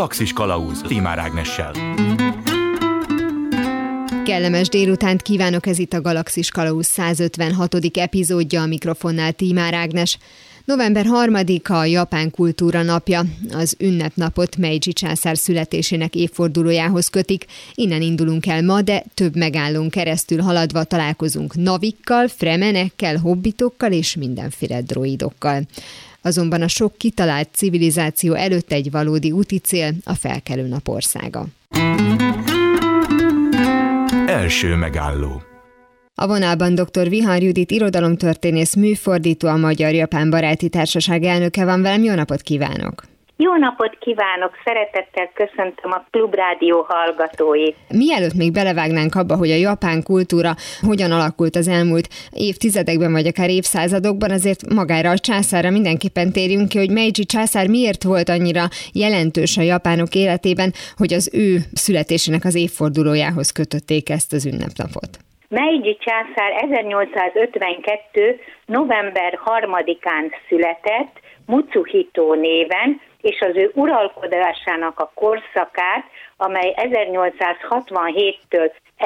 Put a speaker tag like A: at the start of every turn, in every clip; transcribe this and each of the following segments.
A: Galaxis Kalauz Tímár Ágnessel.
B: Kellemes délutánt kívánok, ez itt a Galaxis Kalauz 156. epizódja, a mikrofonnál Tímár Ágnes. November 3-a a Japán Kultúra Napja. Az ünnepnapot Meiji császár születésének évfordulójához kötik. Innen indulunk el ma, de több megállón keresztül haladva találkozunk navikkal, fremenekkel, hobbitokkal és mindenféle droidokkal. Azonban a sok kitalált civilizáció előtt egy valódi úticél, a felkelő nap országa.
A: Első megálló.
B: A vonalban dr. Vihar Judit irodalomtörténész, műfordító, a Magyar-Japán Baráti Társaság elnöke van velem. Jó napot kívánok!
C: Jó napot kívánok! Szeretettel köszöntöm a Klubrádió hallgatóit!
B: Mielőtt még belevágnánk abba, hogy a japán kultúra hogyan alakult az elmúlt évtizedekben, vagy akár évszázadokban, azért magára a császárra mindenképpen térjünk ki, hogy Meiji császár miért volt annyira jelentős a japánok életében, hogy az ő születésének az évfordulójához kötötték ezt az ünnepnapot.
C: Meiji császár 1852. november 3-án született, Mutsuhito néven, és az ő uralkodásának a korszakát, amely 1867-től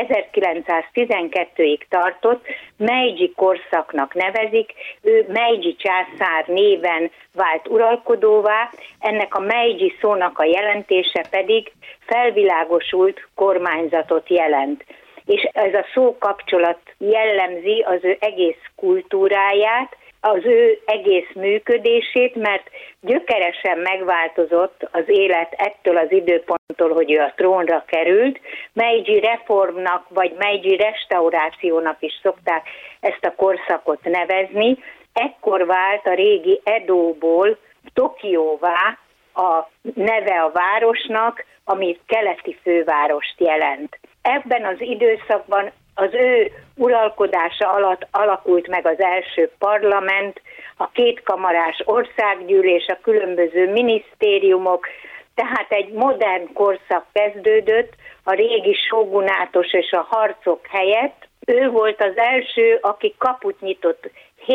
C: 1912-ig tartott, Meiji korszaknak nevezik. Ő Meiji császár néven vált uralkodóvá, ennek a Meiji szónak a jelentése pedig felvilágosult kormányzatot jelent. És ez a szókapcsolat jellemzi az ő egész kultúráját, az ő egész működését, mert gyökeresen megváltozott az élet ettől az időponttól, hogy ő a trónra került. Meiji reformnak vagy Meiji restaurációnak is szokták ezt a korszakot nevezni. Ekkor vált a régi Edóból Tokióvá a neve a városnak, ami keleti fővárost jelent. Ebben az időszakban az ő uralkodása alatt alakult meg az első parlament, a kétkamarás országgyűlés, a különböző minisztériumok, tehát egy modern korszak kezdődött a régi sógunátus és a harcok helyett. Ő volt az első, aki kaput nyitott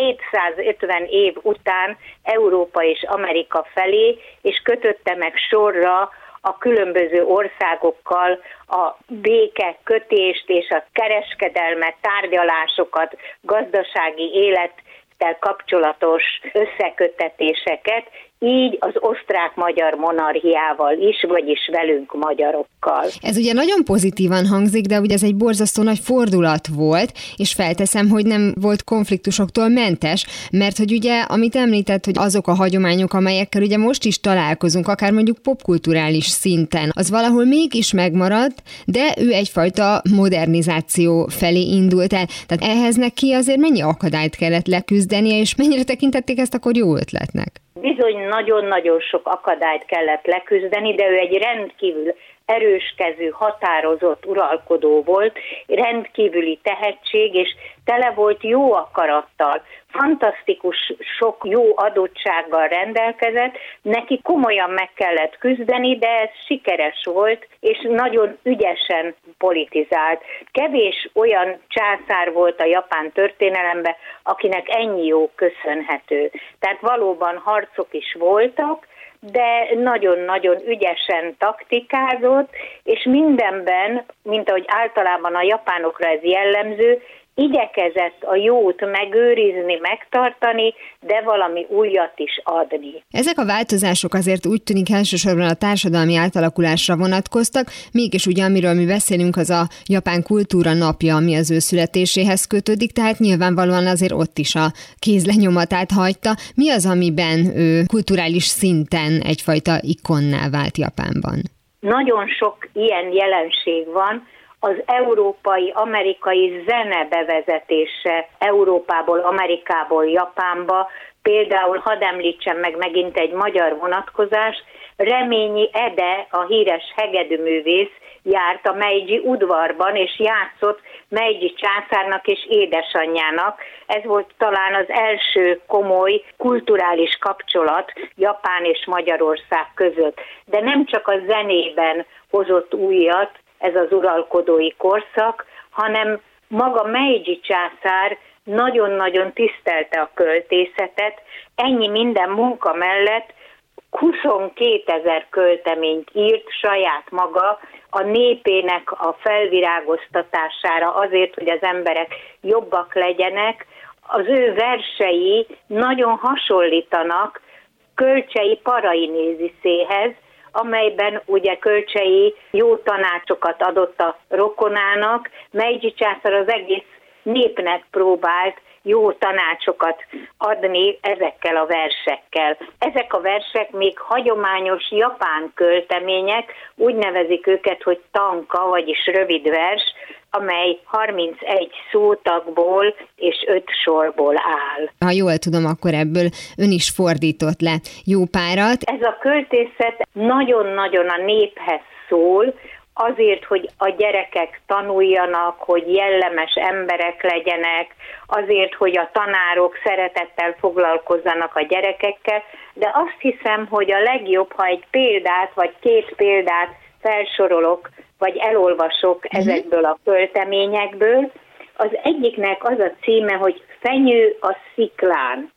C: 750 év után Európa és Amerika felé, és kötötte meg sorra a különböző országokkal a békekötést és a kereskedelmet, tárgyalásokat, gazdasági élettel kapcsolatos összeköttetéseket, így az osztrák-magyar monarchiával is, vagyis velünk magyarokkal.
B: Ez ugye nagyon pozitívan hangzik, de ugye ez egy borzasztó nagy fordulat volt, és felteszem, hogy nem volt konfliktusoktól mentes, mert hogy ugye, amit említett, hogy azok a hagyományok, amelyekkel ugye most is találkozunk, akár mondjuk popkulturális szinten, az valahol mégis megmaradt, de ő egyfajta modernizáció felé indult el. Tehát ehhez neki azért mennyi akadályt kellett leküzdenie, és mennyire tekintették ezt akkor jó ötletnek?
C: Bizony nagyon-nagyon sok akadályt kellett leküzdeni, de ő egy rendkívül erőskezű, határozott uralkodó volt, rendkívüli tehetség, és tele volt jó akarattal, fantasztikus sok jó adottsággal rendelkezett, neki komolyan meg kellett küzdeni, de ez sikeres volt, és nagyon ügyesen politizált. Kevés olyan császár volt a japán történelemben, akinek ennyi jó köszönhető. Tehát valóban harcok is voltak, de nagyon-nagyon ügyesen taktikázott, és mindenben, mint ahogy általában a japánokra ez jellemző, igyekezett a jót megőrizni, megtartani, de valami újat is adni.
B: Ezek a változások azért úgy tűnik elsősorban a társadalmi átalakulásra vonatkoztak, mégis ugye amiről mi beszélünk, az a Japán Kultúra Napja, ami az ő születéséhez kötődik, tehát nyilvánvalóan azért ott is a kézlenyomatát hagyta. Mi az, amiben ő kulturális szinten egyfajta ikonná vált Japánban?
C: Nagyon sok ilyen jelenség van. Az európai-amerikai zene bevezetése Európából, Amerikából, Japánba, például hadd említsem meg megint egy magyar vonatkozás, Reményi Ede, a híres hegedűművész járt a Meiji udvarban, és játszott Meiji császárnak és édesanyjának. Ez volt talán az első komoly kulturális kapcsolat Japán és Magyarország között. De nem csak a zenében hozott újat ez az uralkodói korszak, hanem maga Meiji császár nagyon-nagyon tisztelte a költészetet, ennyi minden munka mellett 22 000 költeményt írt saját maga a népének a felvirágoztatására, azért, hogy az emberek jobbak legyenek. Az ő versei nagyon hasonlítanak Kölcsey Parainéziszéhez, amelyben ugye Kölcsey jó tanácsokat adott a rokonának, Meiji császár az egész népnek próbált jó tanácsokat adni ezekkel a versekkel. Ezek a versek még hagyományos japán költemények, úgy nevezik őket, hogy tanka, vagyis rövid vers, amely 31 szótagból és 5 sorból áll.
B: Ha jól tudom, akkor ebből ön is fordított le jó párat.
C: Ez a költészet nagyon-nagyon a néphez szól, azért, hogy a gyerekek tanuljanak, hogy jellemes emberek legyenek, azért, hogy a tanárok szeretettel foglalkozzanak a gyerekekkel, de azt hiszem, hogy a legjobb, ha egy példát vagy 2 példát felsorolok, vagy elolvasok ezekből a költeményekből. Az egyiknek az a címe, hogy Fenyő a sziklán.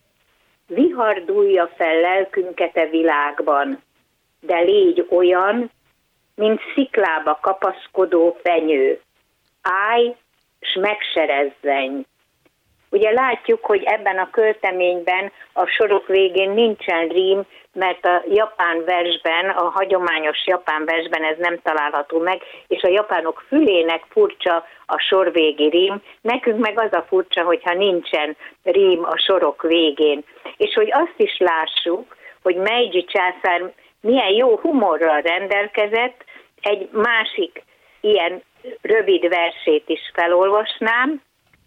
C: Vihar dúlja fel lelkünket a világban, de légy olyan, mint sziklába kapaszkodó fenyő. Állj, s megserezzenj. Ugye látjuk, hogy ebben a költeményben a sorok végén nincsen rím, mert a japán versben, a hagyományos japán versben ez nem található meg, és a japánok fülének furcsa a sorvégi rím, nekünk meg az a furcsa, hogyha nincsen rím a sorok végén. És hogy azt is lássuk, hogy Meiji császár milyen jó humorral rendelkezett, egy másik ilyen rövid versét is felolvasnám.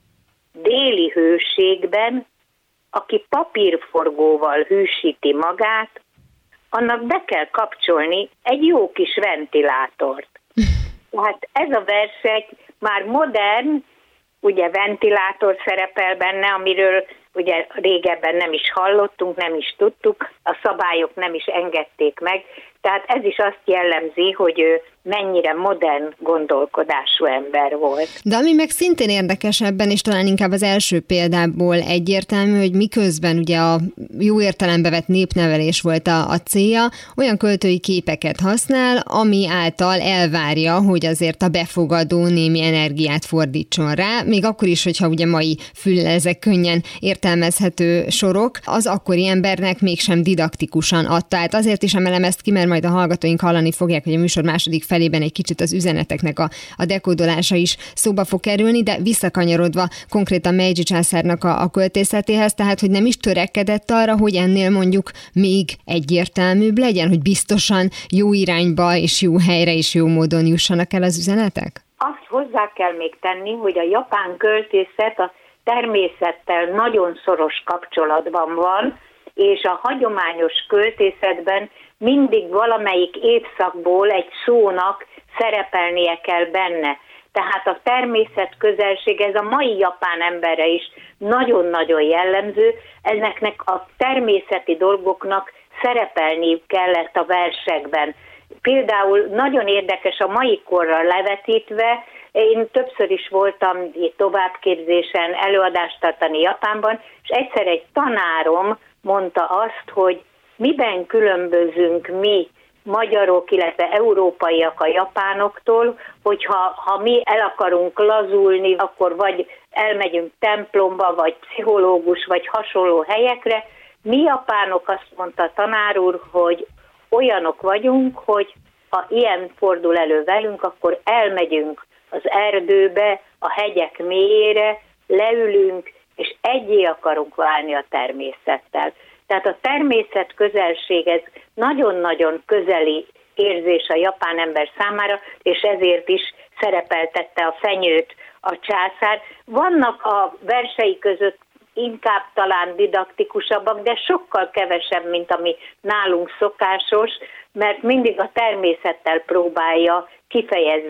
C: Déli hőségben, aki papírforgóval hűsíti magát, annak be kell kapcsolni egy jó kis ventilátort. Tehát ez a vers egy már modern, ugye ventilátor szerepel benne, amiről ugye régebben nem is hallottunk, nem is tudtuk, a szabályok nem is engedték meg, tehát ez is azt jellemzi, hogy ő mennyire modern gondolkodású ember volt.
B: De ami meg szintén érdekes ebben, és talán inkább az első példából egyértelmű, hogy miközben ugye a jó értelembe vett népnevelés volt a célja, olyan költői képeket használ, ami által elvárja, hogy azért a befogadó némi energiát fordítson rá, még akkor is, hogyha ugye mai füllel ezek könnyen értelmezhető sorok, az akkori embernek mégsem didaktikusan adta. Tehát azért is emelem ezt ki, mert majd a hallgatóink hallani fogják, hogy a műsor második felében egy kicsit az üzeneteknek a dekódolása is szóba fog kerülni, de visszakanyarodva konkrétan Meiji császárnak a költészetéhez, tehát hogy nem is törekedett arra, hogy ennél mondjuk még egyértelműbb legyen, hogy biztosan jó irányba és jó helyre és jó módon jussanak el az üzenetek?
C: Azt hozzá kell még tenni, hogy a japán költészet a természettel nagyon szoros kapcsolatban van, és a hagyományos költészetben mindig valamelyik évszakból egy szónak szerepelnie kell benne. Tehát a természet közelség, ez a mai japán emberre is nagyon-nagyon jellemző, ezeknek a természeti dolgoknak szerepelniük kellett a versekben. Például nagyon érdekes a mai korra levetítve, én többször is voltam továbbképzésen előadást tartani Japánban, és egyszer egy tanárom mondta azt, hogy miben különbözünk mi magyarok, illetve európaiak a japánoktól, hogyha mi el akarunk lazulni, akkor vagy elmegyünk templomba, vagy pszichológus, vagy hasonló helyekre. Mi japánok, azt mondta a tanár úr, hogy olyanok vagyunk, hogy ha ilyen fordul elő velünk, akkor elmegyünk az erdőbe, a hegyek mélyére, leülünk, és egyé akarunk válni a természettel. Tehát a természet közelség, ez nagyon-nagyon közeli érzés a japán ember számára, és ezért is szerepeltette a fenyőt a császár. Vannak a versei között inkább talán didaktikusabbak, de sokkal kevesebb, mint ami nálunk szokásos, mert mindig a természettel próbálja kifejezni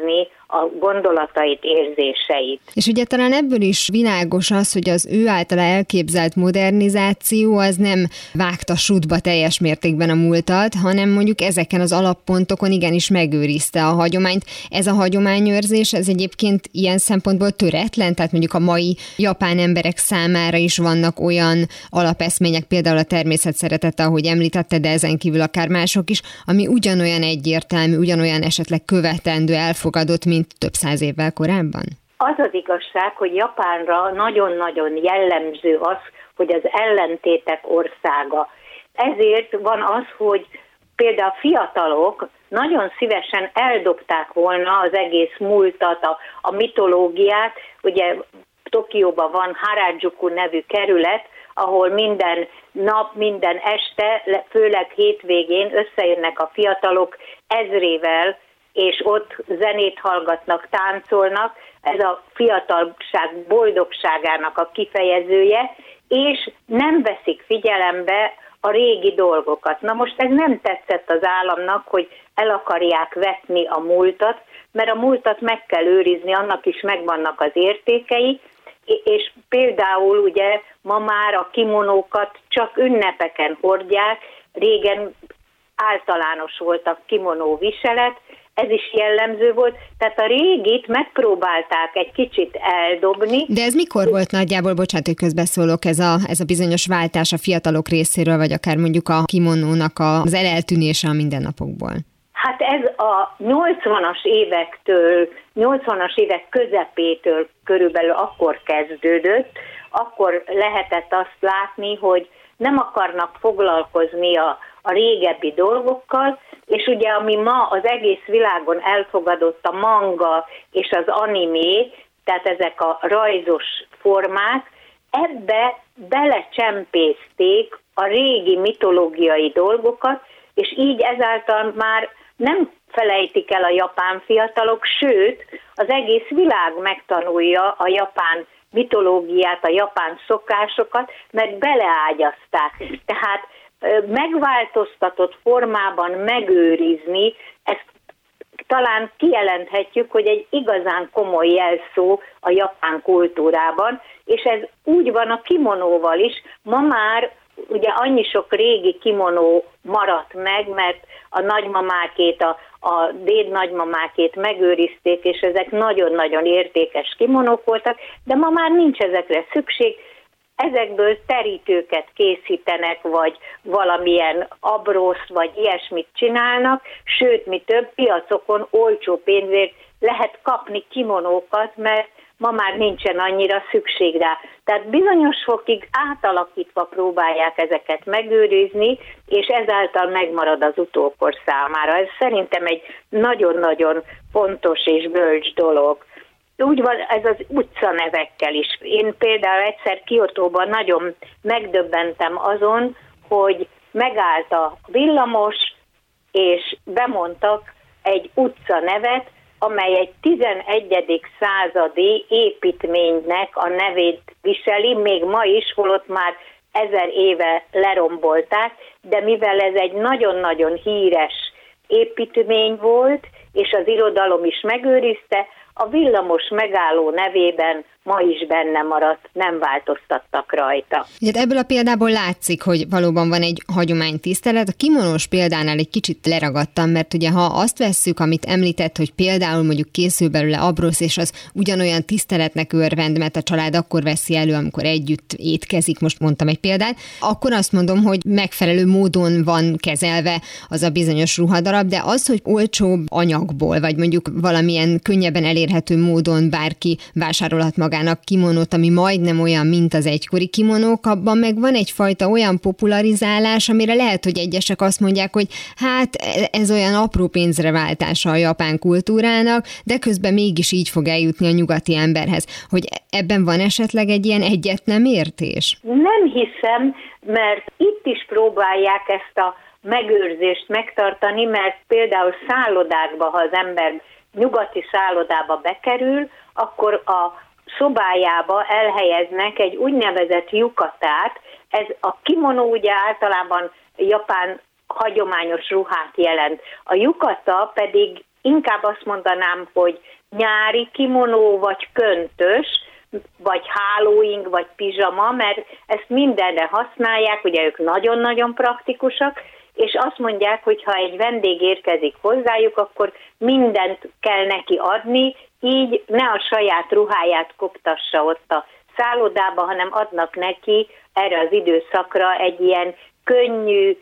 C: a gondolatait, érzéseit.
B: És ugye talán ebből is világos az, hogy az ő általa elképzelt modernizáció az nem vágta sútba teljes mértékben a múltat, hanem mondjuk ezeken az alappontokon igenis megőrizte a hagyományt. Ez a hagyományőrzés, ez egyébként ilyen szempontból töretlen, tehát mondjuk a mai japán emberek számára is vannak olyan alapeszmények, például a természet szeretete, ahogy említette, de ezen kívül akár mások is, ami ugyanolyan egyértelmű, ugyanolyan esetleg követendő, elfogadott, mint több száz évvel korábban?
C: Az az igazság, hogy Japánra nagyon-nagyon jellemző az, hogy az ellentétek országa. Ezért van az, hogy például a fiatalok nagyon szívesen eldobták volna az egész múltat, a mitológiát. Ugye Tokióban van Harajuku nevű kerület, ahol minden nap, minden este, főleg hétvégén összejönnek a fiatalok ezrével, és ott zenét hallgatnak, táncolnak. Ez a fiatalság boldogságának a kifejezője, és nem veszik figyelembe a régi dolgokat. Na most ez nem tetszett az államnak, hogy el akarják vetni a múltat, mert a múltat meg kell őrizni, annak is megvannak az értékei, és például ugye ma már a kimonókat csak ünnepeken hordják, régen általános volt a kimonó viselet, ez is jellemző volt, tehát a régit megpróbálták egy kicsit eldobni.
B: De ez mikor volt nagyjából, bocsánat, hogy közbeszólok, ez a bizonyos váltás a fiatalok részéről, vagy akár mondjuk a kimonónak az eltűnése a mindennapokból?
C: Hát ez a 80-as évek közepétől körülbelül akkor kezdődött, akkor lehetett azt látni, hogy nem akarnak foglalkozni a régebbi dolgokkal, és ugye ami ma az egész világon elfogadott a manga és az animé, tehát ezek a rajzos formák, ebbe belecsempészték a régi mitológiai dolgokat, és így ezáltal már nem felejtik el a japán fiatalok, sőt, az egész világ megtanulja a japán mitológiát, a japán szokásokat, mert beleágyazták. Tehát megváltoztatott formában megőrizni, ezt talán kijelenthetjük, hogy egy igazán komoly jelszó a japán kultúrában, és ez úgy van a kimonóval is. Ma már ugye annyi sok régi kimonó maradt meg, mert a nagymamákét, a dédnagymamákét megőrizték, és ezek nagyon-nagyon értékes kimonók voltak, de ma már nincs ezekre szükség. Ezekből terítőket készítenek, vagy valamilyen abrószt, vagy ilyesmit csinálnak, sőt, mi több, piacokon olcsó pénzért lehet kapni kimonókat, mert ma már nincsen annyira szükség rá. Tehát bizonyos fokig átalakítva próbálják ezeket megőrizni, és ezáltal megmarad az utókor számára. Ez szerintem egy nagyon-nagyon fontos és bölcs dolog. Úgy van ez az utcanevekkel is. Én például egyszer Kiotóban nagyon megdöbbentem azon, hogy megállt a villamos, és bemondtak egy utcanevet, amely egy 11. századi építménynek a nevét viseli, még ma is, holott már 1000 éve lerombolták, de mivel ez egy nagyon-nagyon híres építmény volt, és az irodalom is megőrizte, a villamos megálló nevében ma is benne maradt, nem változtattak rajta.
B: Ugye ebből a példából látszik, hogy valóban van egy hagyománytisztelet. A kimonós példánál egy kicsit leragadtam, mert ugye ha azt vesszük, amit említett, hogy például mondjuk készül belőle abrosz, és az ugyanolyan tiszteletnek örvend, mert a család akkor veszi elő, amikor együtt étkezik, most mondtam egy példát, akkor azt mondom, hogy megfelelő módon van kezelve az a bizonyos ruhadarab, de az, hogy olcsóbb anyagból, vagy mondjuk valamilyen könnyebben elérhető módon bárki vásárolhat magának kimonót, ami majdnem olyan, mint az egykori kimonók, abban meg van egyfajta olyan popularizálás, amire lehet, hogy egyesek azt mondják, hogy hát ez olyan apró pénzre váltása a japán kultúrának, de közben mégis így fog eljutni a nyugati emberhez. Hogy ebben van esetleg egy ilyen egyetnemértés?
C: Nem hiszem, mert itt is próbálják ezt a megőrzést megtartani, mert például szállodákba, ha az ember nyugati szállodába bekerül, akkor a szobájába elhelyeznek egy úgynevezett yukatát. Ez a kimonó ugye általában japán hagyományos ruhát jelent. A yukata pedig inkább azt mondanám, hogy nyári kimonó, vagy köntös, vagy hálóing, vagy pizsama, mert ezt mindenre használják, ugye ők nagyon-nagyon praktikusak, és azt mondják, hogy ha egy vendég érkezik hozzájuk, akkor mindent kell neki adni, így ne a saját ruháját koptassa ott a szállodába, hanem adnak neki erre az időszakra egy ilyen könnyű,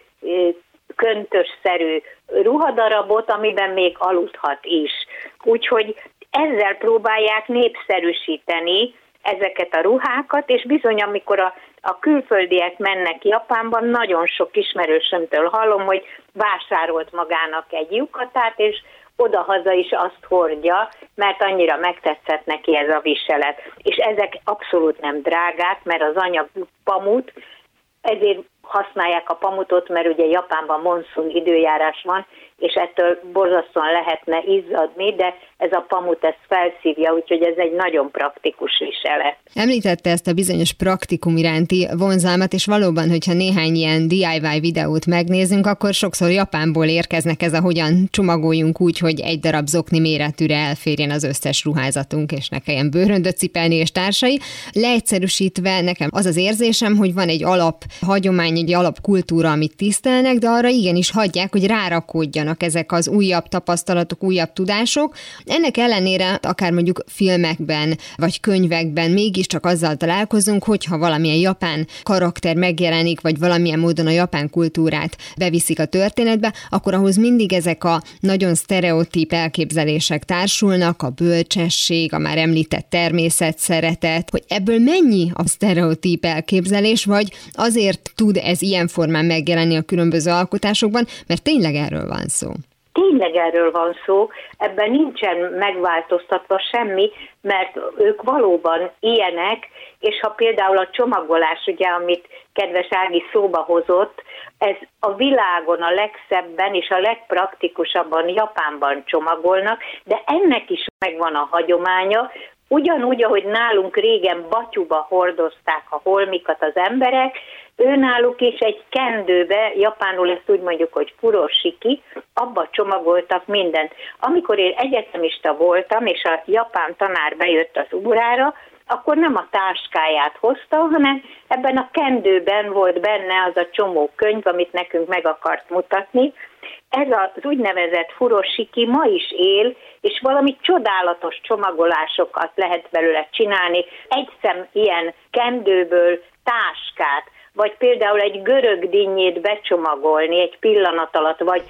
C: köntösszerű ruhadarabot, amiben még aludhat is. Úgyhogy ezzel próbálják népszerűsíteni ezeket a ruhákat, és bizony, amikor a külföldiek mennek Japánban, nagyon sok ismerősömtől hallom, hogy vásárolt magának egy yukatát, és odahaza is azt hordja, mert annyira megtetszett neki ez a viselet. És ezek abszolút nem drágák, mert az anyag pamut, ezért használják a pamutot, mert ugye Japánban monszun időjárás van, és ettől borzasztóan lehetne izzadni, de ez a pamut ezt felszívja, úgyhogy ez egy nagyon praktikus viselet.
B: Említette ezt a bizonyos praktikum iránti vonzalmat, és valóban, hogyha néhány ilyen DIY videót megnézünk, akkor sokszor Japánból érkeznek ez a hogyan csomagoljunk úgy, hogy egy darab zokni méretűre elférjen az összes ruházatunk, és ne kelljen bőröndöt cipelni és társai. Leegyszerűsítve nekem az az érzésem, hogy van egy alaphagyomány, egy alapkultúra, amit tisztelnek, de arra igenis hagyják, hogy rárakódjanak ezek az újabb tapasztalatok, újabb tudások. Ennek ellenére akár mondjuk filmekben vagy könyvekben mégiscsak azzal találkozunk, hogyha valamilyen japán karakter megjelenik, vagy valamilyen módon a japán kultúrát beviszik a történetbe, akkor ahhoz mindig ezek a nagyon sztereotíp elképzelések társulnak, a bölcsesség, a már említett természetszeretet, hogy ebből mennyi a sztereotíp elképzelés, vagy azért tud ez ilyen formán megjelenni a különböző alkotásokban, mert tényleg erről van szó.
C: Tényleg erről van szó, ebben nincsen megváltoztatva semmi, mert ők valóban ilyenek, és ha például a csomagolás, ugye, amit kedves Ági szóba hozott, ez a világon a legszebben és a legpraktikusabban Japánban csomagolnak, de ennek is megvan a hagyománya, ugyanúgy, ahogy nálunk régen batyuba hordozták a holmikat az emberek, őnáluk is egy kendőbe, japánul ezt úgy mondjuk, hogy furoshiki, abba csomagoltak mindent. Amikor én egyetemista voltam, és a japán tanár bejött az órára, akkor nem a táskáját hozta, hanem ebben a kendőben volt benne az a csomó könyv, amit nekünk meg akart mutatni. Ez az úgynevezett furoshiki ma is él, és valami csodálatos csomagolásokat lehet belőle csinálni. Egy szem ilyen kendőből táskát, vagy például egy görög dinnyét becsomagolni egy pillanat alatt, vagy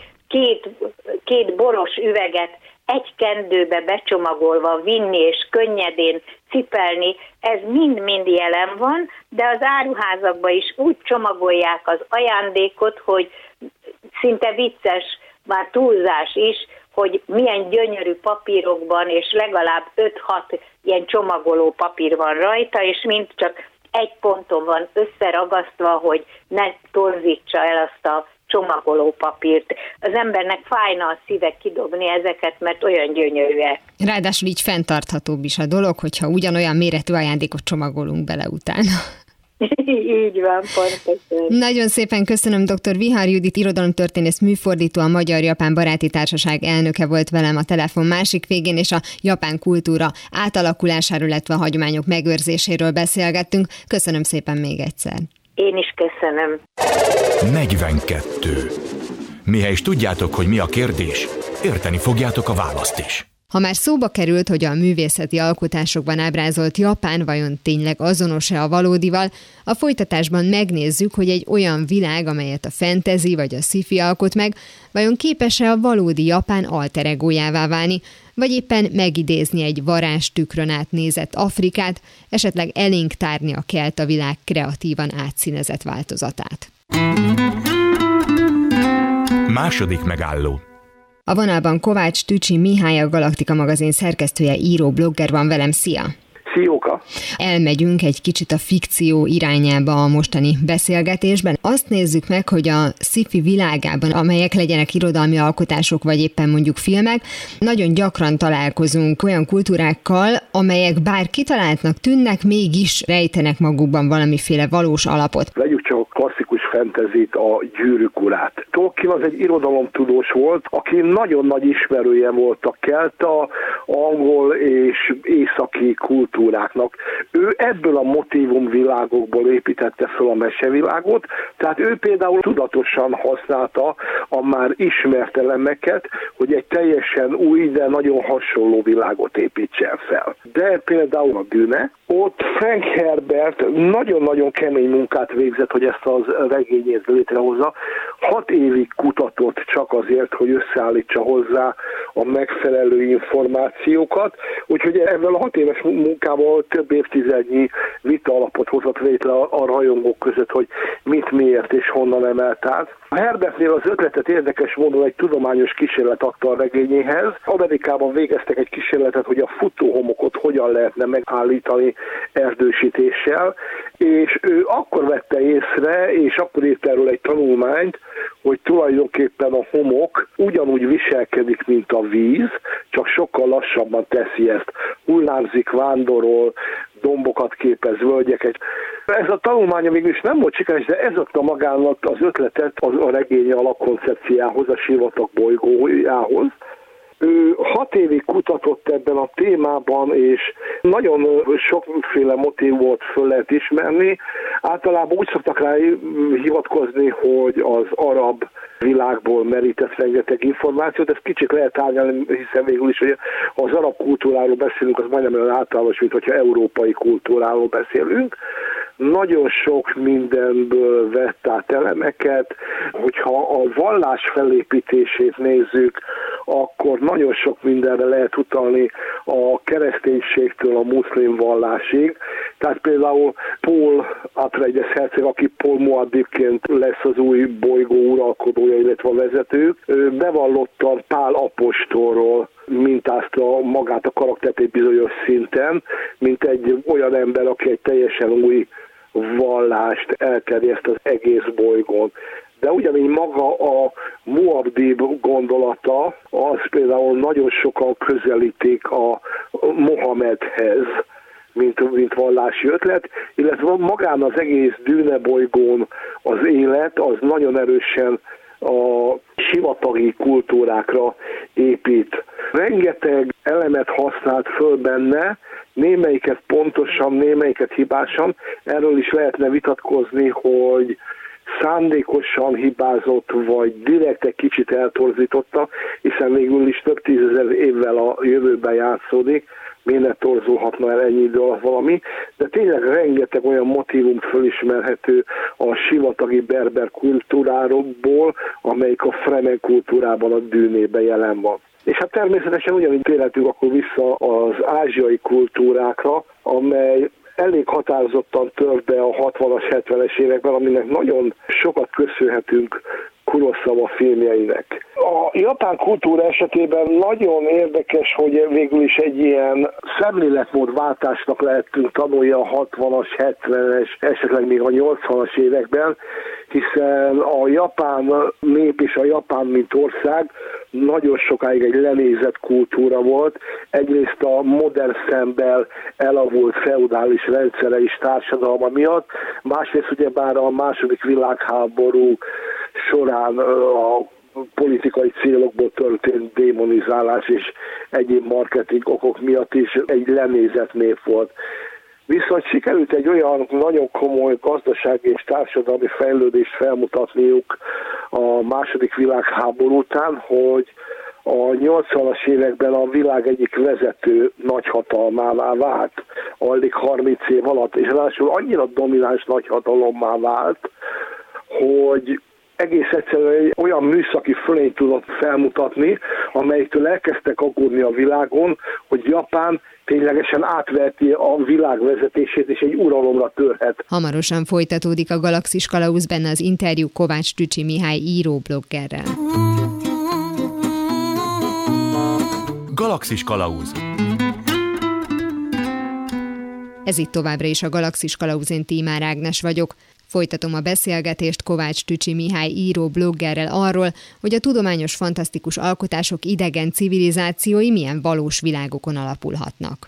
C: két boros üveget egy kendőbe becsomagolva vinni és könnyedén cipelni, ez mind-mind jelen van, de az áruházakban is úgy csomagolják az ajándékot, hogy szinte vicces, már túlzás is, hogy milyen gyönyörű papírokban, és legalább 5-6 ilyen csomagoló papír van rajta, és mind csak egy ponton van összeragasztva, hogy ne torzítsa el azt a csomagoló papírt. Az embernek fájna a szíve kidobni ezeket, mert olyan gyönyörűek.
B: Ráadásul így fenntarthatóbb is a dolog, hogyha ugyanolyan méretű ajándékot csomagolunk bele utána.
C: Így van, pontosan.
B: Nagyon szépen köszönöm, dr. Vihar Judit, irodalomtörténész, műfordító, a Magyar-Japán Baráti Társaság elnöke volt velem a telefon másik végén, és a japán kultúra átalakulásáról, illetve a hagyományok megőrzéséről beszélgettünk. Köszönöm szépen még egyszer.
C: Én is köszönöm.
A: 42. Mihely is tudjátok, hogy mi a kérdés, érteni fogjátok a választ is.
B: Ha már szóba került, hogy a művészeti alkotásokban ábrázolt Japán vajon tényleg azonos-e a valódival, a folytatásban megnézzük, hogy egy olyan világ, amelyet a fantasy vagy a sci-fi alkot meg, vajon képes-e a valódi Japán alter egójává válni, vagy éppen megidézni egy varázstükrön átnézett Afrikát, esetleg elénk tárni a kelta világ kreatívan átszínezett változatát.
A: Második megálló.
B: A vonalban Kovács Tücsi Mihály, a Galaktika magazin szerkesztője, író, blogger van velem. Szia!
D: fikciókra?
B: Elmegyünk egy kicsit a fikció irányába a mostani beszélgetésben. Azt nézzük meg, hogy a sci-fi világában, amelyek legyenek irodalmi alkotások, vagy éppen mondjuk filmek, nagyon gyakran találkozunk olyan kultúrákkal, amelyek bár kitaláltnak tűnnek, mégis rejtenek magukban valamiféle valós alapot.
D: Vegyük csak a klasszikus fantasyt, a Gyűrűk urát. Tolkien az egy irodalomtudós volt, aki nagyon nagy ismerője volt a kelta, angol és északi kultúráknak. Ő ebből a motívumvilágokból építette fel a mesevilágot, tehát ő például tudatosan használta a már ismert elemeket, hogy egy teljesen új, de nagyon hasonló világot építsen fel. De például a Dűne, ott Frank Herbert nagyon-nagyon kemény munkát végzett, hogy ezt az regényét létrehozza. 6 évig kutatott csak azért, hogy összeállítsa hozzá a megfelelő információkat, úgyhogy ebből a 6 éves munkával több évtizednyi vita alapot hozott létre a rajongók között, hogy mit, miért és honnan emelt át. A Herbertnél az ötletet érdekes módon egy tudományos kísérlet adta a regényéhez. Amerikában végeztek egy kísérletet, hogy a futóhomokot hogyan lehetne megállítani erdősítéssel, és ő akkor vette észre, és akkor írt erről egy tanulmányt, hogy tulajdonképpen a homok ugyanúgy viselkedik, mint a víz, csak sokkal lassabban teszi ezt. Hullámzik, vándorol, dombokat képez, völgyeket. Ez a tanulmánya mégis nem volt sikeres, de ez adta magának az ötletet a regény alapkoncepciához, a sivatag bolygójához. Ő 6 évig kutatott ebben a témában, és nagyon sokféle motívumot föl lehet ismerni. Általában úgy szoktak rá hivatkozni, hogy az arab világból merített rengeteg információt. Ez kicsit lehet árnyalni, hiszen végül is, hogy az arab kultúráról beszélünk, az majdnem olyan általános, mint hogyha európai kultúráról beszélünk. Nagyon sok mindenből vett át elemeket, hogyha a vallás felépítését nézzük, akkor nagyon sok mindenre lehet utalni a kereszténységtől a muszlim vallásig. Tehát például Paul Atreides herceg, aki Paul Muad'Dibként lesz az új bolygó uralkodója, illetve a vezető, bevallottan Pál apostolról mintázta magát a karaktert egy bizonyos szinten, mint egy olyan ember, aki egy teljesen új vallást elterjeszt az egész bolygón. De ugyanígy maga a Muad'Dib gondolata, az például nagyon sokan közelítik a Mohamedhez, mint vallási ötlet, illetve magán az egész Dűne bolygón az élet, az nagyon erősen a sivatagi kultúrákra épít. Rengeteg elemet használt föl benne, némelyiket pontosan, némelyiket hibásan. Erről is lehetne vitatkozni, hogy szándékosan hibázott, vagy direkt egy kicsit eltorzította, hiszen végül is több 10 000 évvel a jövőben játszódik, miért ne torzulhatna el ennyi idő alatt valami, de tényleg rengeteg olyan motívum fölismerhető a sivatagi berber kultúrából, amelyik a Fremen kultúrában, a Dűnében jelen van. És hát természetesen ugyanígy térhetünk akkor vissza az ázsiai kultúrákra, amely elég határozottan tört be a 60-as, 70-es években, aminek nagyon sokat köszönhetünk Kurosawa filmjeinek. A japán kultúra esetében nagyon érdekes, hogy végül is egy ilyen szemléletmódváltásnak lehetünk tanulni a 60-as, 70-es, esetleg még a 80-as években, hiszen a japán nép és a Japán mint ország nagyon sokáig egy lenézett kultúra volt. Egyrészt a modern szemmel elavult feudális rendszere és társadalma miatt, másrészt ugyebár a második világháború során a politikai célokból történt démonizálás és egyéb marketing okok miatt is egy lenézett nép volt. Viszont sikerült egy olyan nagyon komoly gazdasági és társadalmi fejlődést felmutatniuk a második világháború után, hogy a 80-as években a világ egyik vezető nagyhatalmává vált, alig 30 év alatt, és ráadásul annyira domináns nagyhatalommá vált, hogy egész egyszerűen egy olyan műszaki fölényt tudott felmutatni, amelyiktől elkezdtek aggódni a világon, hogy Japán ténylegesen átveheti a világ vezetését, és egy uralomra törhet.
B: Hamarosan folytatódik a Galaxis Kalauz, benne az interjú Kovács Tücsi Mihály író-bloggerrel.
A: Galaxis Kalauz.
B: Ez itt továbbra is a Galaxis Kalauz, én Tímár Ágnes vagyok. Folytatom a beszélgetést Kovács Tücsi Mihály író bloggerrel arról, hogy a tudományos fantasztikus alkotások idegen civilizációi milyen valós világokon alapulhatnak.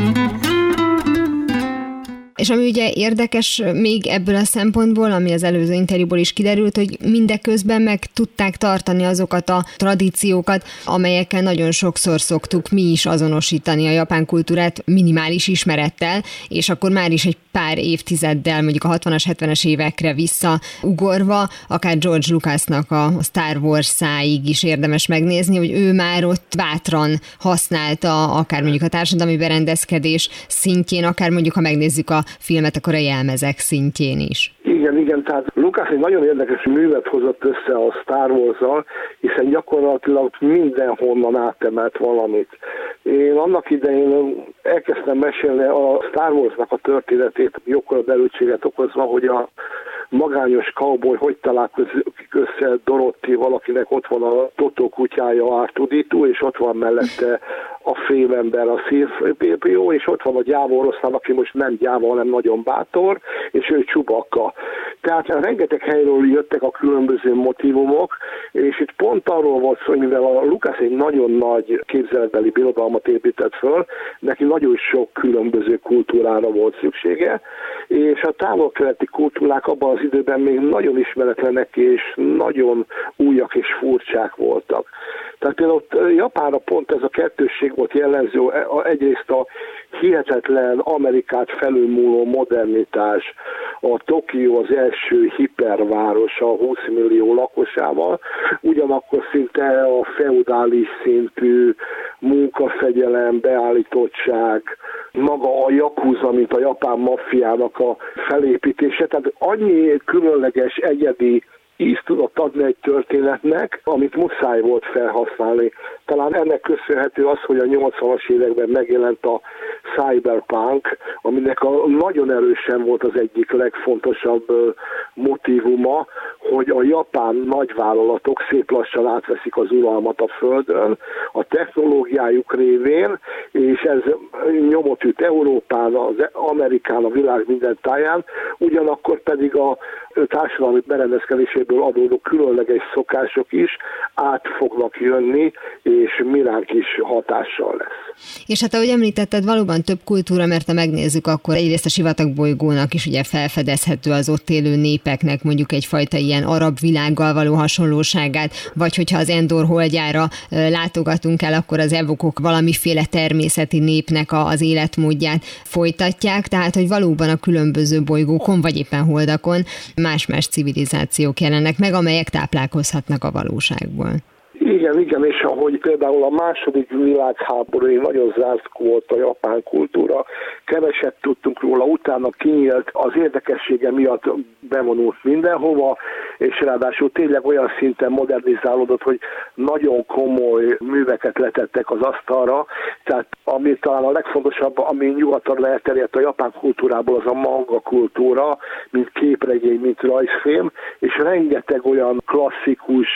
B: És ami ugye érdekes még ebből a szempontból, ami az előző interjúból is kiderült, hogy mindeközben meg tudták tartani azokat a tradíciókat, amelyekkel nagyon sokszor szoktuk mi is azonosítani a japán kultúrát minimális ismerettel, és akkor már is egy pár évtizeddel, mondjuk a 60-as, 70-es évekre visszaugorva, akár George Lucasnak a Star Wars-áig is érdemes megnézni, hogy ő már ott bátran használta akár mondjuk a társadalmi berendezkedés szintjén, akár mondjuk ha megnézzük a filmet, akkor a jelmezek szintjén is.
D: Igen, tehát Lucas egy nagyon érdekes művet hozott össze a Star Wars-zal, hiszen gyakorlatilag mindenhonnan átemelt valamit. Én annak idején elkezdtem mesélni a Star Wars-nak a történetét, jókora belültséget okozva, hogy a magányos cowboy hogy találkozik össze Dorothy-val, akinek ott van a Totó kutyája, R2-D2, és ott van mellette a fémember, a C-3PO, és ott van a gyáva oroszlán, aki most nem gyáva, hanem nagyon bátor, és ő Chewbacca. Tehát rengeteg helyről jöttek a különböző motívumok, és itt pont arról volt szó, hogy mivel a Lucas egy nagyon nagy képzeletbeli birodalmat épített föl, neki nagyon sok különböző kultúrára volt szüksége, és a távol-keleti kultúrák abban az időben még nagyon ismeretlenek és nagyon újak és furcsák voltak. Tehát például Japánra pont ez a kettősség volt jellemző, egyrészt a hihetetlen Amerikát felülmúló modernitás, a Tokió az első hiperváros a 20 millió lakosával, ugyanakkor szinte a feudális szintű munkafegyelem, beállítottság, maga a yakuza, mint a japán maffiának a felépítése, tehát annyi különleges, egyedi ízt tudott adni egy történetnek, amit muszáj volt felhasználni. Talán ennek köszönhető az, hogy a 80-as években megjelent a cyberpunk, aminek nagyon erősen volt az egyik legfontosabb motívuma, hogy a japán nagyvállalatok szép lassan átveszik az uralmat a földön, a technológiájuk révén, és ez nyomot üt Európán, az Amerikán, a világ minden táján, ugyanakkor pedig a társadalmi berendezkedéséből adódó különleges szokások is át fognak jönni, és miránk is hatással lesz.
B: És hát ahogy említetted, valóban több kultúra, mert ha megnézzük, akkor egyrészt a sivatagbolygónak is ugye felfedezhető az ott élő népeknek mondjuk egyfajta ilyen arab világgal való hasonlóságát, vagy hogyha az Endor holdjára látogatunk el, akkor az evokok valamiféle természeti népnek az életmódját folytatják, tehát hogy valóban a különböző bolygókon, vagy éppen holdakon más-más civilizációk jelennek meg, amelyek táplálkozhatnak a valóságból.
D: Igen, és ahogy például a második világháborúig nagyon zárt volt a japán kultúra, keveset tudtunk róla, utána kinyílt, az érdekessége miatt bevonult mindenhova, és ráadásul tényleg olyan szinten modernizálódott, hogy nagyon komoly műveket letettek az asztalra, tehát ami talán a legfontosabb, ami nyugaton elterjedt a japán kultúrából, az a manga kultúra, mint képregény, mint rajzfilm, és rengeteg olyan klasszikus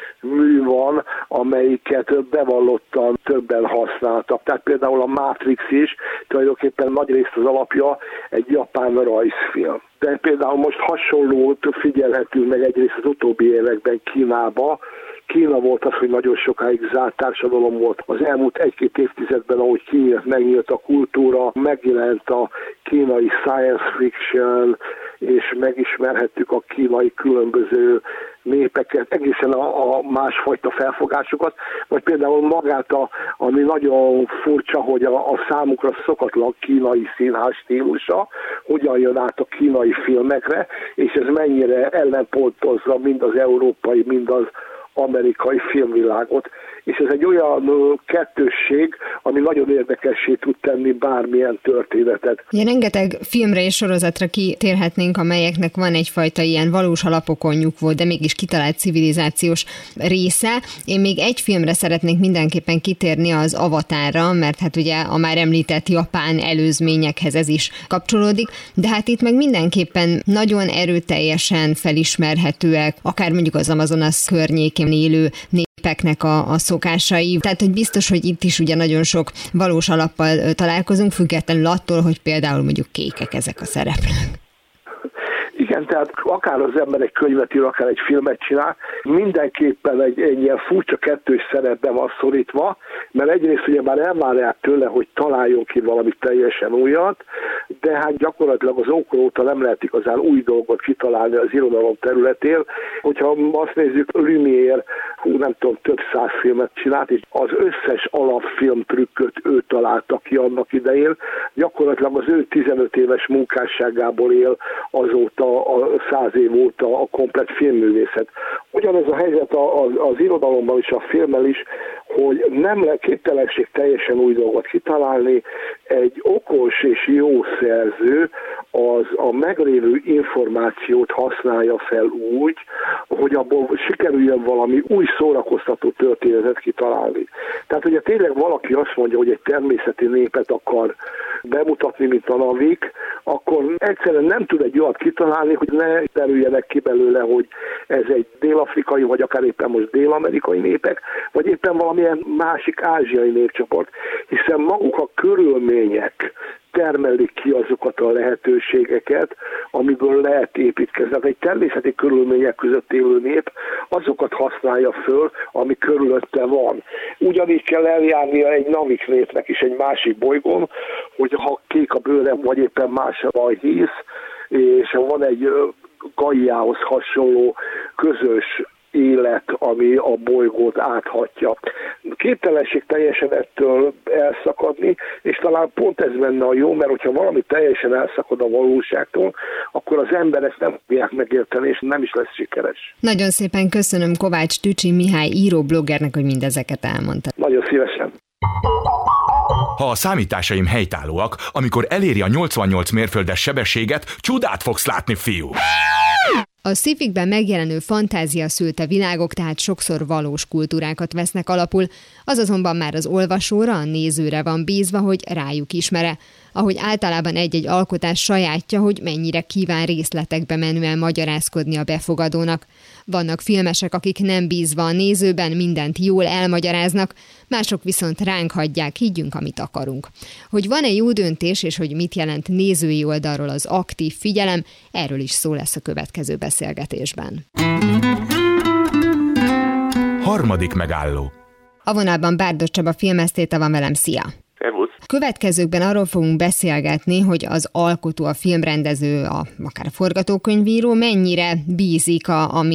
D: mű van, amelyiket bevallottan többen használtak. Tehát például a Matrix is tulajdonképpen nagyrészt az alapja egy japán rajzfilm. De például most hasonlót figyelhetünk meg egyrészt az utóbbi években Kínába. Kína volt az, hogy nagyon sokáig zárt társadalom volt. Az elmúlt egy-két évtizedben, ahogy megnyílt a kultúra, megjelent a kínai science fiction, és megismerhettük a kínai különböző népeket, egészen a másfajta felfogásokat, vagy például magát, ami nagyon furcsa, hogy a számukra szokatlan kínai színház stílusa, hogyan jön át a kínai filmekre, és ez mennyire ellenpontozza mind az európai, mind az amerikai filmvilágot, és ez egy olyan kettősség, ami nagyon érdekessé tud tenni bármilyen történetet.
B: Ja, rengeteg filmre és sorozatra kitérhetnénk, amelyeknek van egyfajta ilyen valós alapokon nyugvó, de mégis kitalált civilizációs része. Én még egy filmre szeretnék mindenképpen kitérni, az Avatarra, mert hát ugye a már említett japán előzményekhez ez is kapcsolódik, de hát itt meg mindenképpen nagyon erőteljesen felismerhetőek, akár mondjuk az Amazonas környékén élő népeknek a szokásai. Tehát, hogy biztos, hogy itt is ugye nagyon sok valós alappal találkozunk, függetlenül attól, hogy például mondjuk kékek ezek a szereplők.
D: Igen, tehát akár az ember egy könyvet ír, akár egy filmet csinál, mindenképpen egy ilyen furcsa kettős szerepben van szorítva, mert egyrészt ugye már elvárják tőle, hogy találjon ki valamit teljesen újat, de hát gyakorlatilag az ókor óta nem lehet igazán új dolgot kitalálni az irodalom területén. Hogyha azt nézzük, Lumière, nem tudom, több 100 filmet csinált, és az összes alapfilm trükköt ő találta ki annak idején. Gyakorlatilag az ő 15 éves munkásságából él azóta, a 100 év óta a komplett filmművészet. Ugyanez a helyzet az irodalomban és a filmmel is, hogy nem képtelenség teljesen új dolgot kitalálni. Egy okos és jó szerző az a meglévő információt használja fel úgy, hogy abból sikerüljön valami új szórakoztató történetet kitalálni. Tehát, hogyha tényleg valaki azt mondja, hogy egy természeti népet akar bemutatni, mint a navik, akkor egyszerűen nem tud egy olyat kitalálni, hogy ne derüljenek ki belőle, hogy ez egy dél-afrikai, vagy akár éppen most dél-amerikai népek, vagy éppen valamilyen másik ázsiai népcsoport, hiszen maguk a körülmények termelik ki azokat a lehetőségeket, amiből lehet építkezni. Egy természeti körülmények között élő nép azokat használja föl, ami körülötte van. Ugyanígy kell eljárnia egy navik népnek is egy másik bolygón, hogy ha kék a bőre, vagy éppen más a híz, és van egy Gaiához hasonló közös élet, ami a bolygót áthatja. Képtelenség teljesen ettől elszakadni, és talán pont ez benne a jó, mert hogyha valami teljesen elszakad a valóságtól, akkor az ember ezt nem fogják megérteni, és nem is lesz sikeres.
B: Nagyon szépen köszönöm Kovács Tücsi Mihály író-bloggernek, hogy mindezeket elmondta.
D: Nagyon szívesen.
A: Ha a számításaim helytállóak, amikor eléri a 88 mérföldes sebességet, csodát fogsz látni, fiú!
B: A sci-fikben megjelenő fantázia szülte világok tehát sokszor valós kultúrákat vesznek alapul, az azonban már az olvasóra, a nézőre van bízva, hogy rájuk ismere. Ahogy általában egy-egy alkotás sajátja, hogy mennyire kíván részletekbe menően magyarázkodni a befogadónak. Vannak filmesek, akik nem bízva a nézőben mindent jól elmagyaráznak, mások viszont ránk hagyják, higgyünk, amit akarunk. Hogy van-e jó döntés, és hogy mit jelent nézői oldalról az aktív figyelem, erről is szó lesz a következő beszélgetésben.
A: Harmadik megálló.
B: A vonalban Bárdos Csaba filmesztéta van velem, szia! Következőkben arról fogunk beszélgetni, hogy az alkotó, a filmrendező, akár a forgatókönyvíró mennyire bízik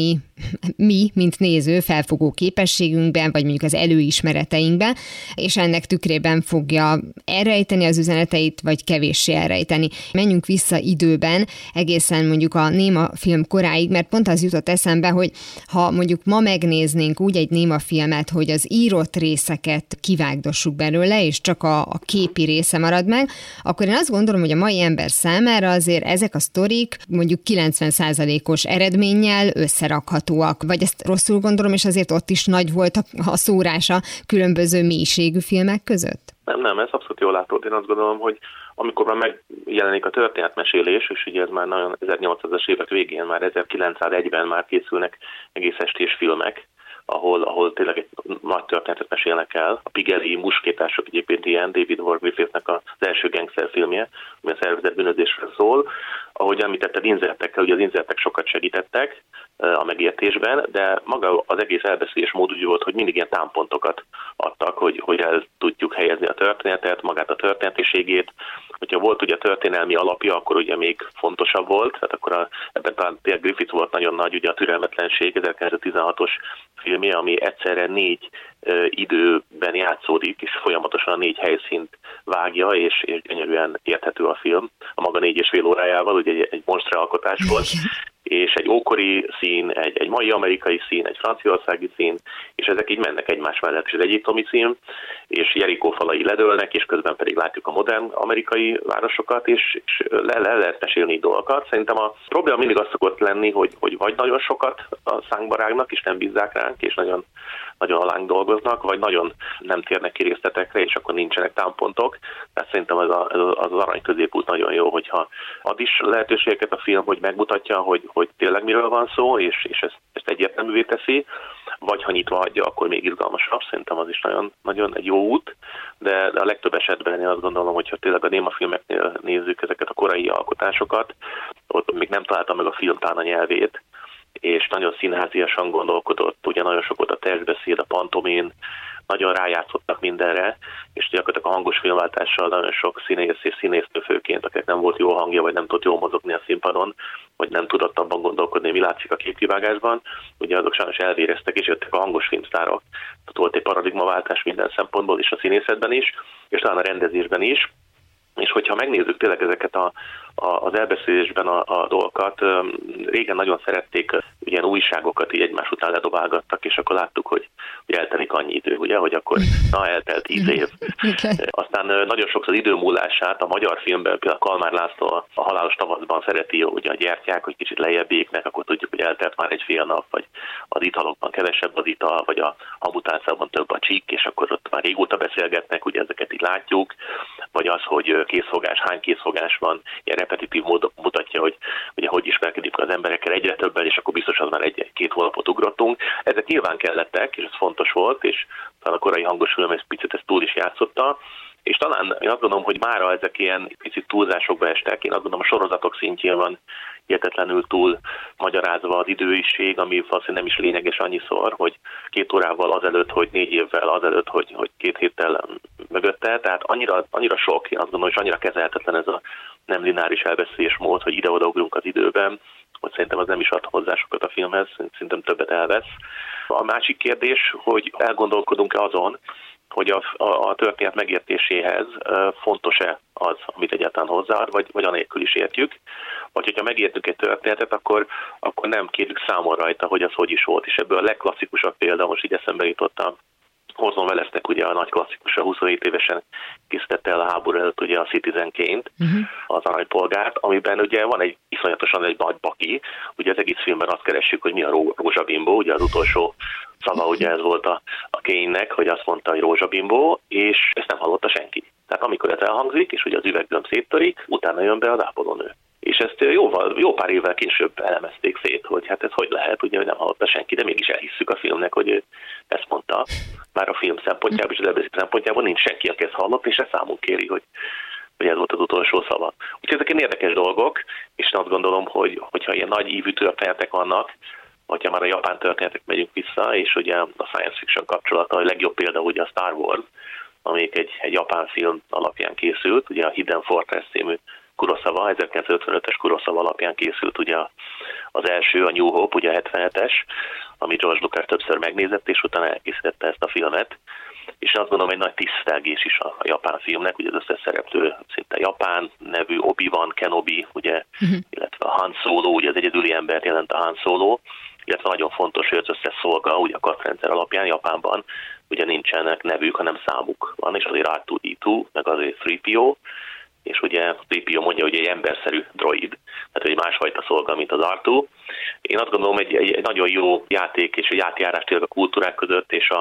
B: mi, mint néző, felfogó képességünkben, vagy mondjuk az előismereteinkben, és ennek tükrében fogja elrejteni az üzeneteit, vagy kevéssé elrejteni. Menjünk vissza időben, egészen mondjuk a néma film koráig, mert pont az jutott eszembe, hogy ha mondjuk ma megnéznénk úgy egy néma filmet, hogy az írott részeket kivágdossuk belőle, és csak a képi része marad meg, akkor én azt gondolom, hogy a mai ember számára azért ezek a sztorik mondjuk 90%-os eredménnyel összerakhatóak. Vagy ezt rosszul gondolom, és azért ott is nagy volt a szórása különböző mélységű filmek között?
E: Nem, ez abszolút jól látod. Én azt gondolom, hogy amikor már megjelenik a történetmesélés, és ugye ez már nagyon 1800-as évek végén, már 1901-ben már készülnek egész estés filmek, ahol tényleg egy nagy történetet mesélnek el. A Piggeli muskétások egyébként ilyen, David Ward Griffithnek az első gangster filmje, ami a szervezett bűnözésről szól. Ahogy említetted, inzertekkel, ugye az inzertek sokat segítettek a megértésben, de maga az egész elbeszélés mód úgy volt, hogy mindig ilyen támpontokat adtak, hogy el tudjuk helyezni a történetet, magát a történetiségét. Hogyha volt ugye történelmi alapja, akkor ugye még fontosabb volt, tehát akkor ebben talán tényleg Griffith volt nagyon nagy, ugye a Türelmetlenség 1916-os filmje, ami egyszerre 4 időben játszódik, és folyamatosan a 4 helyszínt vágja, és gyönyörűen érthető a film. A maga 4,5 órájával, ugye egy monsteralkotás volt, és egy ókori szín, egy mai amerikai szín, egy franciaországi szín, és ezek így mennek egymás mellett, és az egyiptomi szín, és Jerikó falai ledőlnek, és közben pedig látjuk a modern amerikai városokat, és le lehet mesélni dolgokat. Szerintem a probléma mindig az szokott lenni, hogy vagy nagyon sokat a szánkba rágnak, és nem bízzák ránk, és nagyon nagyon alánk dolgoznak, vagy nagyon nem térnek ki részletekre, és akkor nincsenek támpontok. Tehát szerintem az arany középút nagyon jó, hogyha ad is lehetőségeket a film, hogy megmutatja, hogy tényleg miről van szó, és ezt egyértelművé teszi, vagy ha nyitva hagyja, akkor még izgalmasabb. Szerintem az is nagyon, nagyon egy jó út, de a legtöbb esetben én azt gondolom, hogyha tényleg a némafilmeknél nézzük ezeket a korai alkotásokat, ott még nem találta meg a film talán a nyelvét, és nagyon színháziasan gondolkodott, ugye nagyon sok volt a testbeszéd, a pantomén, nagyon rájátszottak mindenre, és gyakorlatilag a hangos filmváltással nagyon sok színész és színésznő főként, akik nem volt jó hangja, vagy nem tudott jól mozogni a színpadon, vagy nem tudott abban gondolkodni, mi látszik a képkivágásban, ugye azok sajnos elvéreztek, és jöttek a hangos filmsztárok. Tehát volt egy paradigmaváltás minden szempontból is, a színészetben is, és talán a rendezésben is. És hogyha megnézzük tényleg ezeket az elbeszélésben a dolgokat, régen nagyon szerették, ilyen újságokat így egymás után ledobálgattak, és akkor láttuk, hogy eltelik annyi idő, ugye, hogy akkor eltelt 10 év. Okay. Aztán nagyon sokszor az idő múlását a magyar filmben, például Kalmár László a Halálos tavaszban szereti, ugye a gyertyák, hogy kicsit lejjebb égnek, akkor tudjuk, hogy eltelt már egy fél nap, vagy az italokban kevesebb az ital, vagy a hamutánszában több a csík, és akkor ott már régóta beszélgetnek, ugye ezeket így látjuk, vagy az, hogy készfogás, hány készfogás van, ilyen repetitív módon mutatja, hogy ugye hogy ismerkedik az emberekkel egyre többel, és akkor biztos az már egy-két hónapot ugrottunk. Ezek nyilván kellettek, és ez fontos volt, és talán a korai hangos film egy picit ezt túl is játszotta, és talán én azt gondolom, hogy mára ezek ilyen picit túlzásokba estek. Én azt gondolom, a sorozatok szintjén van hihetetlenül túl magyarázva az időiség, ami valószínűleg nem is lényeges annyiszor, hogy 2 órával azelőtt, hogy 4 évvel azelőtt, hogy 2 héttel mögötte. Tehát annyira sok, én azt gondolom, és annyira kezelhetetlen ez a nem lineáris elbeszélésmód, hogy ide-oda ugrunk az időben, hogy szerintem az nem is ad hozzá sokat a filmhez, szerintem többet elvesz. A másik kérdés, hogy elgondolkodunk-e azon, hogy a történet megértéséhez fontos-e az, amit egyáltalán hozzáad, vagy anélkül is értjük. Vagy hogyha megértünk egy történetet, akkor nem kérjük számon rajta, hogy az hogy is volt. És ebből a legklasszikusabb példa, most így eszembe jutottam, Orson Wellesnek ugye a nagy klasszikusa, 27 évesen készítette el a háború előtt ugye a Citizen Kane-t, az aranypolgárt, amiben ugye van egy iszonyatosan egy nagy baki, ugye az egész filmben azt keressük, hogy mi a rózsabimbó, ugye az utolsó szava ugye ez volt a Kane-nek, hogy azt mondta, hogy rózsabimbó, és ezt nem hallotta senki. Tehát amikor ez elhangzik, és ugye az üveggömb széttörik, utána jön be az ápolónő. És ezt jó pár évvel később elemezték szét, hogy hát ez hogy lehet, ugye, hogy nem hallotta senki, de mégis elhisszük a filmnek, hogy ő ezt mondta. Már a film szempontjából és az elbeszélés szempontjából nincs senki, aki ezt hallott, és ezt számon kéri, hogy ez volt az utolsó szava. Úgyhogy ezek ilyen érdekes dolgok, és azt gondolom, hogyha ilyen nagy ívű történetek vannak, hogyha már a japán történetek megyünk vissza, és ugye a science fiction kapcsolata, a legjobb példa ugye a Star Wars, amelyik egy japán film alapján készült, ugye a Hidden Fortress című Kurosawa, 1955-es Kurosawa alapján készült ugye az első, a New Hope, ugye a 77-es, ami George Lucas többször megnézett, és utána elkészítette ezt a filmet. És azt gondolom, egy nagy tisztelgés is a japán filmnek, ugye az összes szereplő szinte japán nevű, Obi-Wan Kenobi, ugye, illetve a Han Solo, ugye az egyedüli embert jelent a Han Solo, illetve nagyon fontos, hogy az összes szolga, ugye a kasztrendszer alapján Japánban ugye nincsenek nevük, hanem számuk van, és azért R2-D2, meg azért 3PO, és ugye 3PO mondja, hogy egy emberszerű droid, tehát egy másfajta szolga, mint az R2. Én azt gondolom, egy nagyon jó játék és egy átjárás tényleg a kultúrák között, és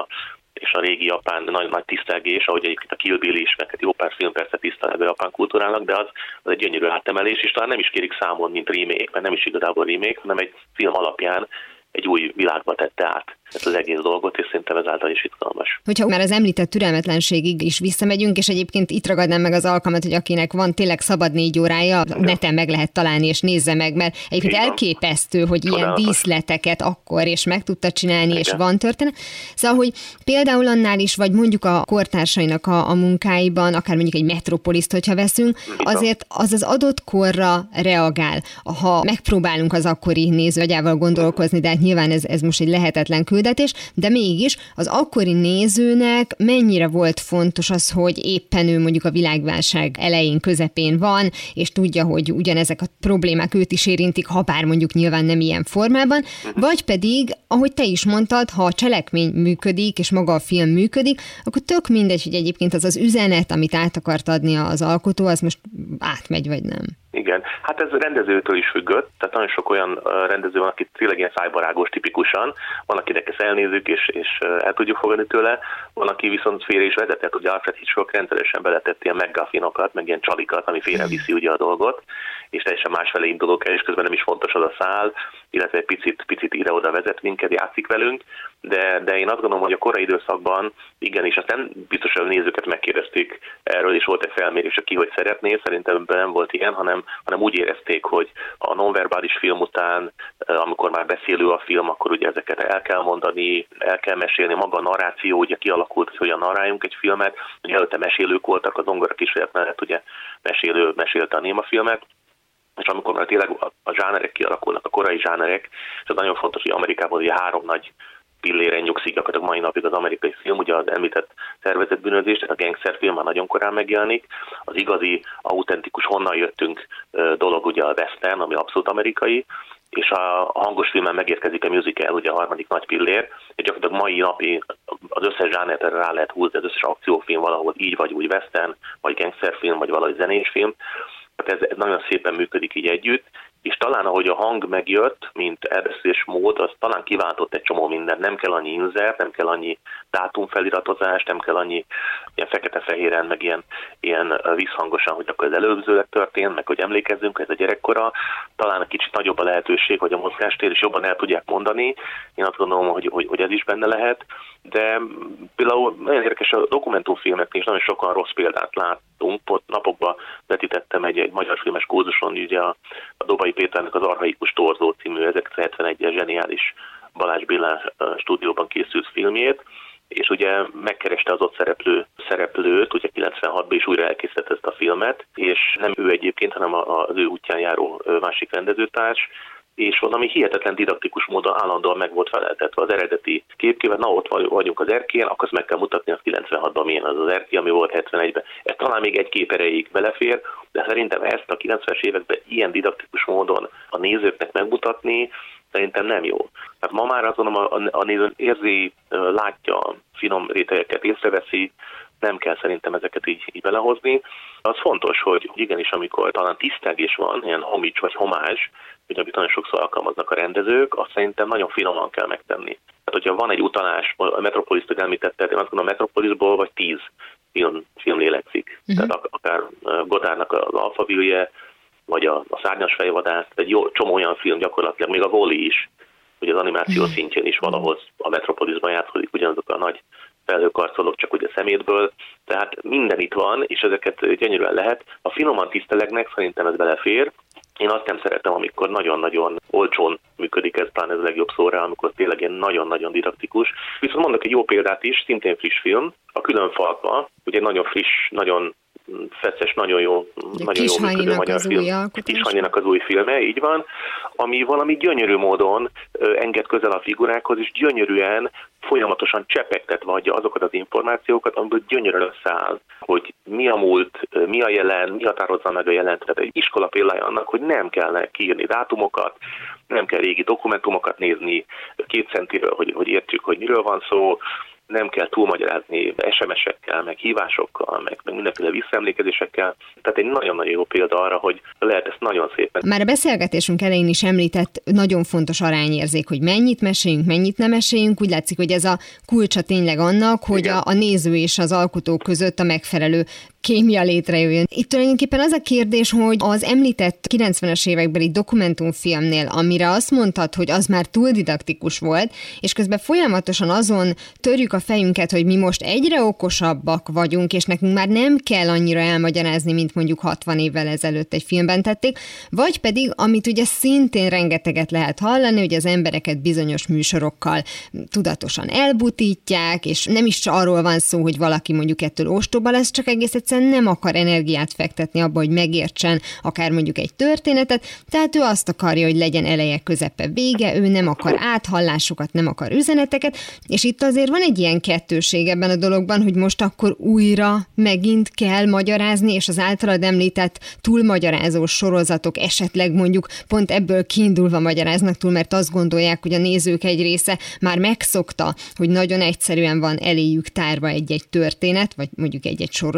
E: a régi japán nagy tisztelgés, ahogy egyébként a Kill Bill is, meg jó pár film persze tisztel ebbe a japán kultúrának, de az egy gyönyörű átemelés, és talán nem is kérik számon, mint remake, mert nem is igazából remake, hanem egy film alapján egy új világba tette át ezt az egész dolgot, és szerintem ezáltal is izgalmas.
B: Hogyha már az említett türelmetlenségig is visszamegyünk, és egyébként itt ragadnám meg az alkalmat, hogy akinek van tényleg szabad 4 órája, neten meg lehet találni, és nézze meg, mert egyébként elképesztő, hogy ilyen díszleteket akkor és meg tudta csinálni, és van történet. Szóval, hogy például annál is, vagy mondjuk a kortársainak a munkáiban, akár mondjuk egy Metropoliszt, hogyha veszünk, azért az adott korra reagál. Ha megpróbálunk az akkori nézőagyával gondolkozni, de hát nyilván ez most egy lehetetlen küldetés, de mégis az akkori nézőnek mennyire volt fontos az, hogy éppen ő mondjuk a világválság elején, közepén van, és tudja, hogy ugyanezek a problémák őt is érintik, ha bár mondjuk nyilván nem ilyen formában, vagy pedig, ahogy te is mondtad, ha a cselekmény működik, és maga a film működik, akkor tök mindegy, hogy egyébként az üzenet, amit át akart adni az alkotó, az most átmegy, vagy nem.
E: Igen, hát ez rendezőtől is függött, tehát nagyon sok olyan rendező van, aki tényleg ilyen szájbarágos tipikusan, van, akinek ezt elnézzük és el tudjuk fogadni tőle, van, aki viszont félre is vezetett, ugye Alfred Hitchcock rendszeresen beletett ilyen McGuffinokat, meg ilyen csalikat, ami félreviszi ugye a dolgot, és teljesen másfelé indulok el, és közben nem is fontos az a szál, illetve egy picit ide-oda vezet minket, játszik velünk, de én azt gondolom, hogy a korai időszakban igenis, azt nem biztos, hogy a nézőket megkérdezték erről, és volt egy felmérés, aki hogy szeretné, szerintem nem volt ilyen, hanem úgy érezték, hogy a nonverbális film után, amikor már beszélő a film, akkor ugye ezeket el kell mondani, el kell mesélni, maga a narráció ugye kialakult, hogy hogyan narráljunk egy filmet, ugye előtte mesélők voltak, az zongora kísérlet mellett ugye mesélte a némafilmet, és amikor már tényleg a zsánerek kialakulnak, a korai zsánerek, és az nagyon fontos, hogy Amerikában ugye 3 nagy pilléren nyugszik gyakorlatilag mai napig az amerikai film, ugye az említett szervezett bűnözés, tehát a gangsterfilm már nagyon korán megjelenik, az igazi, autentikus, honnan jöttünk dolog ugye a western, ami abszolút amerikai, és a hangos filmen megérkezik a musical, ugye a 3. nagy pillér, és gyakorlatilag mai napig az összes zsánert erre rá lehet húzni, az összes akciófilm valahol így vagy úgy western, vagy gangsterfilm, vagy valahogy zenés film. Tehát ez nagyon szépen működik így együtt, és talán ahogy a hang megjött, mint elbeszélés mód, az talán kiváltott egy csomó mindent. Nem kell annyi insert, nem kell annyi dátumfeliratozás, nem kell annyi ilyen fekete-fehéren, meg ilyen visszhangosan, hogy akkor ez előzőleg történt, meg hogy emlékezzünk, hogy ez a gyerekkora. Talán egy kicsit nagyobb a lehetőség, hogy a mozgástér, és jobban el tudják mondani. Én azt gondolom, hogy ez is benne lehet. De például nagyon érdekes, a dokumentumfilmeknél is nagyon sokan rossz példát láttunk. Napokban vetítettem egy magyar filmes kurzuson, ugye a Dobai Péternek az Archaikus Torzó című 1971-es zseniális Balázs Béla stúdióban készült filmjét, és ugye megkereste az ott szereplőt, ugye 96-ban is újra elkészített ezt a filmet, és nem ő egyébként, hanem az ő útján járó másik rendezőtárs, és valami hihetetlen didaktikus módon állandóan meg volt feleltetve az eredeti képkével, na ott vagyunk az erkélyen, akkor azt meg kell mutatni, az 96-ban milyen az erkély, ami volt 71-ben. Ez talán még egy kép erejéig belefér, de szerintem ezt a 90-es években ilyen didaktikus módon a nézőknek megmutatni, szerintem nem jó. Tehát ma már azon a néző érzi, látja, finom rétegeket észreveszi, nem kell szerintem ezeket így belehozni. Az fontos, hogy igenis, amikor talán tisztelgés van, ilyen homage vagy homázs, amit nagyon sokszor alkalmaznak a rendezők, azt szerintem nagyon finoman kell megtenni. Tehát, hogyha van egy utalás, a Metropolis-t említetted, én azt gondolom, a Metropolisból vagy 10 film lélegzik. Tehát akár Godardnak az Alphaville-je, vagy a Szárnyas fejvadász, egy jó csomó olyan film gyakorlatilag, még a Wall-E is, hogy az animáció szintjén is valahol a Metropolisban játszódik ugyanazok a nagy felhőkarcolók, csak ugye szemétből, tehát minden itt van, és ezeket gyönyörűen lehet. A finoman tisztelegnek szerintem ez belefér. Én azt nem szeretem, amikor nagyon-nagyon olcsón működik ez, talán ez a legjobb szóra, amikor tényleg ilyen nagyon-nagyon didaktikus. Viszont mondok egy jó példát is, szintén friss film, a Különfalka, ugye nagyon friss, nagyon feszes, nagyon jó működő magyar film. Kishanynak az új filme, így van, ami valami gyönyörű módon enged közel a figurákhoz, és gyönyörűen folyamatosan csepegtetve adja azokat az információkat, amiből gyönyörűen összeáll, hogy mi a múlt, mi a jelen, mi határozza meg a jelent. Tehát egy iskola példája annak, hogy nem kell kiírni dátumokat, nem kell régi dokumentumokat nézni 2 centiről, hogy értsük, hogy miről van szó, nem kell túlmagyarázni SMS-ekkel, meg hívásokkal, meg mindenféle visszaemlékezésekkel. Tehát egy nagyon-nagyon jó példa arra, hogy lehet ezt nagyon szépen.
B: Már a beszélgetésünk elején is említett nagyon fontos arányérzék, hogy mennyit meséljünk, mennyit nem meséljünk. Úgy látszik, hogy ez a kulcsa tényleg annak, hogy a néző és az alkotó között a megfelelő kémia létrejöjjön. Itt tulajdonképpen az a kérdés, hogy az említett 90-es évekbeli dokumentumfilmnél, amire azt mondtad, hogy az már túl didaktikus volt, és közben folyamatosan azon törjük a fejünket, hogy mi most egyre okosabbak vagyunk, és nekünk már nem kell annyira elmagyarázni, mint mondjuk 60 évvel ezelőtt egy filmben tették, vagy pedig, amit ugye szintén rengeteget lehet hallani, hogy az embereket bizonyos műsorokkal tudatosan elbutítják, és nem is arról van szó, hogy valaki mondjuk ettől ostoba lesz, csak egész egyszerűen nem akar energiát fektetni abba, hogy megértsen akár mondjuk egy történetet, tehát ő azt akarja, hogy legyen eleje, közepe, vége, ő nem akar áthallásokat, nem akar üzeneteket, és itt azért van egy ilyen kettőség ebben a dologban, hogy most akkor újra megint kell magyarázni, és az általad említett túlmagyarázós sorozatok esetleg mondjuk pont ebből kiindulva magyaráznak túl, mert azt gondolják, hogy a nézők egy része már megszokta, hogy nagyon egyszerűen van eléjük tárva egy-egy történet, vagy mondjuk egy-egy sorozat, vagy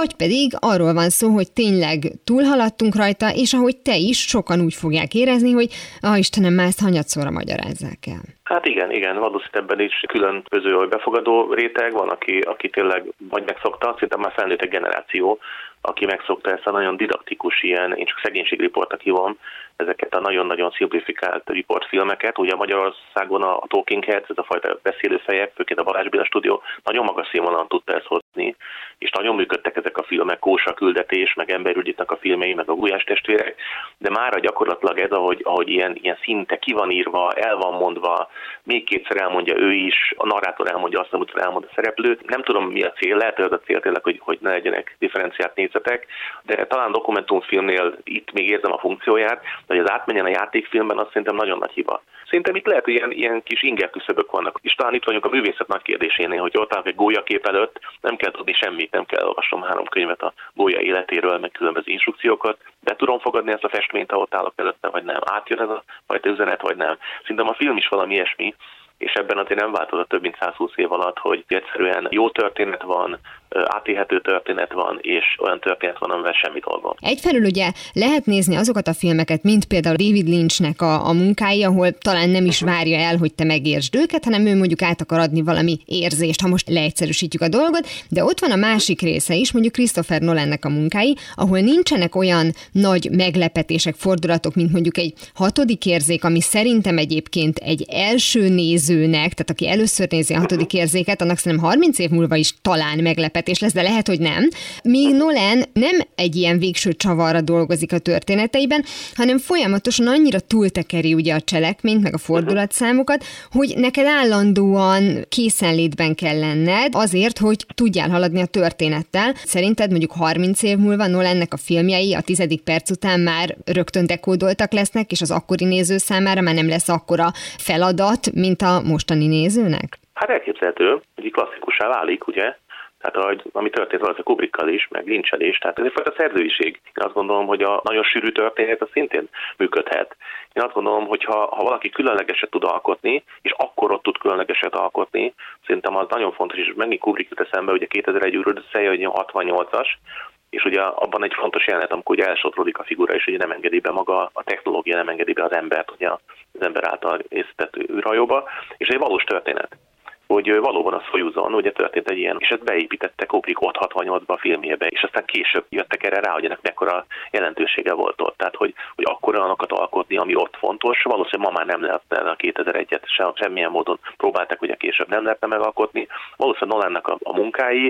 B: vagy pedig arról van szó, hogy tényleg túlhaladtunk rajta, és ahogy te is, sokan úgy fogják érezni, hogy Istenem, már ezt hanyatszorra magyarázzák el.
E: Hát igen, valószínűleg ebben is különböző befogadó réteg van, aki tényleg vagy megszokta, szerintem már felnőtt egy generáció, aki megszokta ezt a nagyon didaktikus én csak szegénységriportnak hívom, ezeket a nagyon-nagyon szimplifikált riportfilmeket. Ugye Magyarországon a Talking Heads, ez a fajta beszélőfejek, főként a Balázs Béla stúdió nagyon magas színvonalon tudta ezt hozni, és nagyon működtek ezek a filmek, Kósa küldetés, meg Emberügyitnek a filmei, meg a Gulyás testvérek, de mára gyakorlatilag ez, ahogy ilyen szinte ki van írva, el van mondva, még kétszer elmondja ő is, a narrátor elmondja azt, amit elmond a szereplő. Nem tudom, mi a cél, lehet, hogy az a cél tényleg, hogy ne legyenek differenciált nézetek, de talán dokumentumfilmnél itt még érzem a funkcióját, hogy az átmenjen a játékfilmben, az szerintem nagyon nagy hiba. Szerintem itt lehet, hogy ilyen kis ingerküszöbök vannak. És talán itt vagyunk a művészet nagy kérdésénél, hogy ott állnak egy gólyakép előtt, nem kell tudni semmit, nem kell olvasnom 3 könyvet a gólya életéről, meg különböző instrukciókat, de tudom fogadni ezt a festményt, ha ott állok előtte, vagy nem. Átjön ez a fajta üzenet, vagy nem. Szerintem a film is valami ilyesmi, és ebben azért nem változott több mint 120 év alatt, hogy egyszerűen jó történet van, átélhető történet van, és olyan történet van, amivel semmi dolgom.
B: Egyfelől ugye lehet nézni azokat a filmeket, mint például David Lynchnek a munkái, ahol talán nem is várja el, hogy te megértsd őket, hanem ő mondjuk át akar adni valami érzést, ha most leegyszerűsítjük a dolgot, de ott van a másik része is, mondjuk Christopher Nolannek a munkái, ahol nincsenek olyan nagy meglepetések, fordulatok, mint mondjuk egy 6. érzék, ami szerintem egyébként egy első nézőnek, tehát aki először nézi a 6. érzéket, annak szerintem 30 év múlva is talán meglepetés lesz, de lehet, hogy nem. Míg Nolan nem egy ilyen végső csavarra dolgozik a történeteiben, hanem folyamatosan annyira túltekeri ugye a cselekményt, meg a fordulatszámokat, hogy neked állandóan készenlétben kell lenned azért, hogy tudjál haladni a történettel. Szerinted mondjuk 30 év múlva Nolannek a filmjei a 10. perc után már rögtön dekódoltak lesznek, és az akkori néző számára már nem lesz akkora feladat, mint a mostani nézőnek?
E: Hát elképzelhető, hogy klasszikussá válik, ugye? Tehát ami történt valószínűleg Kubrickkal is, meg Lynch-el is, tehát ez egyfajta szerzőiség. Én azt gondolom, hogy a nagyon sűrű történet az szintén működhet. Én azt gondolom, hogy ha valaki különlegeset tud alkotni, és akkor ott tud különlegeset alkotni, szerintem az nagyon fontos, és megint Kubrick jut eszembe, ugye 2001 űrödösszeje, hogy 68-as, és ugye abban egy fontos jelenet, amikor ugye elsodródik a figura, és ugye nem engedi be maga a technológia, nem engedi be az embert, ugye az ember által észített űrhajóba, és egy valós történet, hogy valóban a Szojuzon ugye történt egy ilyen, és ezt beépítette Kubrick ott 68-ban a filmjébe, és aztán később jöttek erre rá, hogy ennek mekkora jelentősége volt ott. Tehát, hogy akkor olyanokat alkotni, ami ott fontos, valószínűleg ma már nem lehetne a 2001-et semmilyen módon próbálták, ugye később nem lehetne megalkotni. Valószínűleg Nolannak a munkái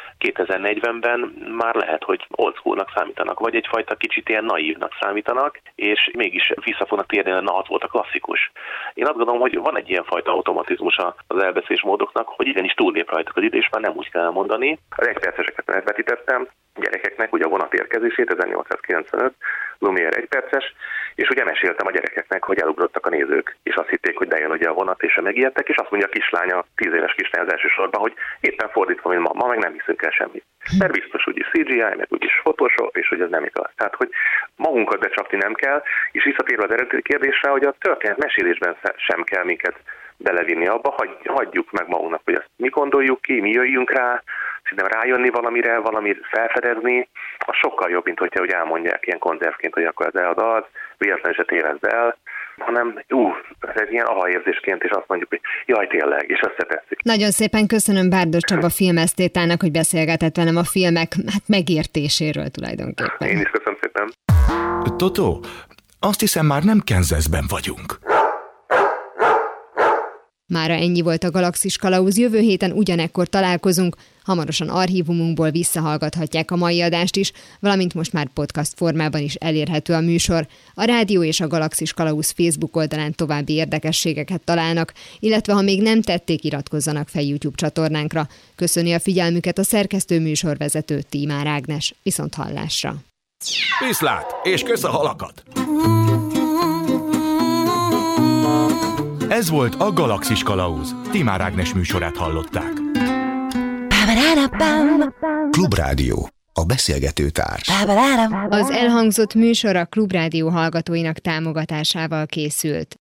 E: 2040-ben már lehet, hogy old schoolnak számítanak, vagy egyfajta kicsit ilyen naívnak számítanak, és mégis vissza fognak térni, hogy na, az volt a klasszikus. Én azt gondolom, hogy van egy ilyen fajta automatizmus az elbeszélésmódoknak, hogy igenis túllép rajtak az idő, és már nem úgy kell mondani. Az 1 perceseket megvetítettem gyerekeknek, ugye a vonat érkezését, 1895, Lumière 1 perces, és ugye meséltem a gyerekeknek, hogy elugrottak a nézők, és azt hitték, hogy bejön ugye a vonat, és megijedtek, és azt mondja a kislánya, 10 éves kislány az első sorban, hogy éppen fordítva, mint ma meg nem hiszünk el semmit. Mert biztos úgyis CGI, meg úgyis Photoshop, és hogy ez nem igaz. Tehát, hogy magunkat becsapni nem kell, és visszatérve az eredeti kérdésre, hogy a történet mesélésben sem kell minket belevinni abba, hagyjuk meg magunknak, hogy ezt mi gondoljuk ki, mi jöjjünk rá, szerintem rájönni valamire, valamit felfedezni, az sokkal jobb, mint hogyha elmondják ilyen konzervként, hogy akkor ez az, véletlenül se tévezd el, hanem ez ilyen aha-érzésként, és azt mondjuk, hogy jaj, tényleg, és összetesszük.
B: Nagyon szépen köszönöm Bárdos Csaba filmesztétának, hogy beszélgetett velem a filmek megértéséről tulajdonképpen.
E: Én is köszönöm szépen.
A: Totó, azt hiszem már nem Kansasben vagyunk.
B: Mára ennyi volt a Galaxis Kalauz, jövő héten ugyanekkor találkozunk, hamarosan archívumunkból visszahallgathatják a mai adást is, valamint most már podcast formában is elérhető a műsor. A rádió és a Galaxis Kalauz Facebook oldalán további érdekességeket találnak, illetve ha még nem tették, iratkozzanak fel YouTube csatornánkra. Köszöni a figyelmüket a szerkesztő műsorvezető Tímár Ágnes. Viszonthallásra!
A: Viszlát, és kösz a halakat! Ez volt a Galaxis Kalauz. Tímár Ágnes műsorát hallották.
F: Klubrádió, a beszélgető társ.
B: Az elhangzott műsor a Klubrádió hallgatóinak támogatásával készült.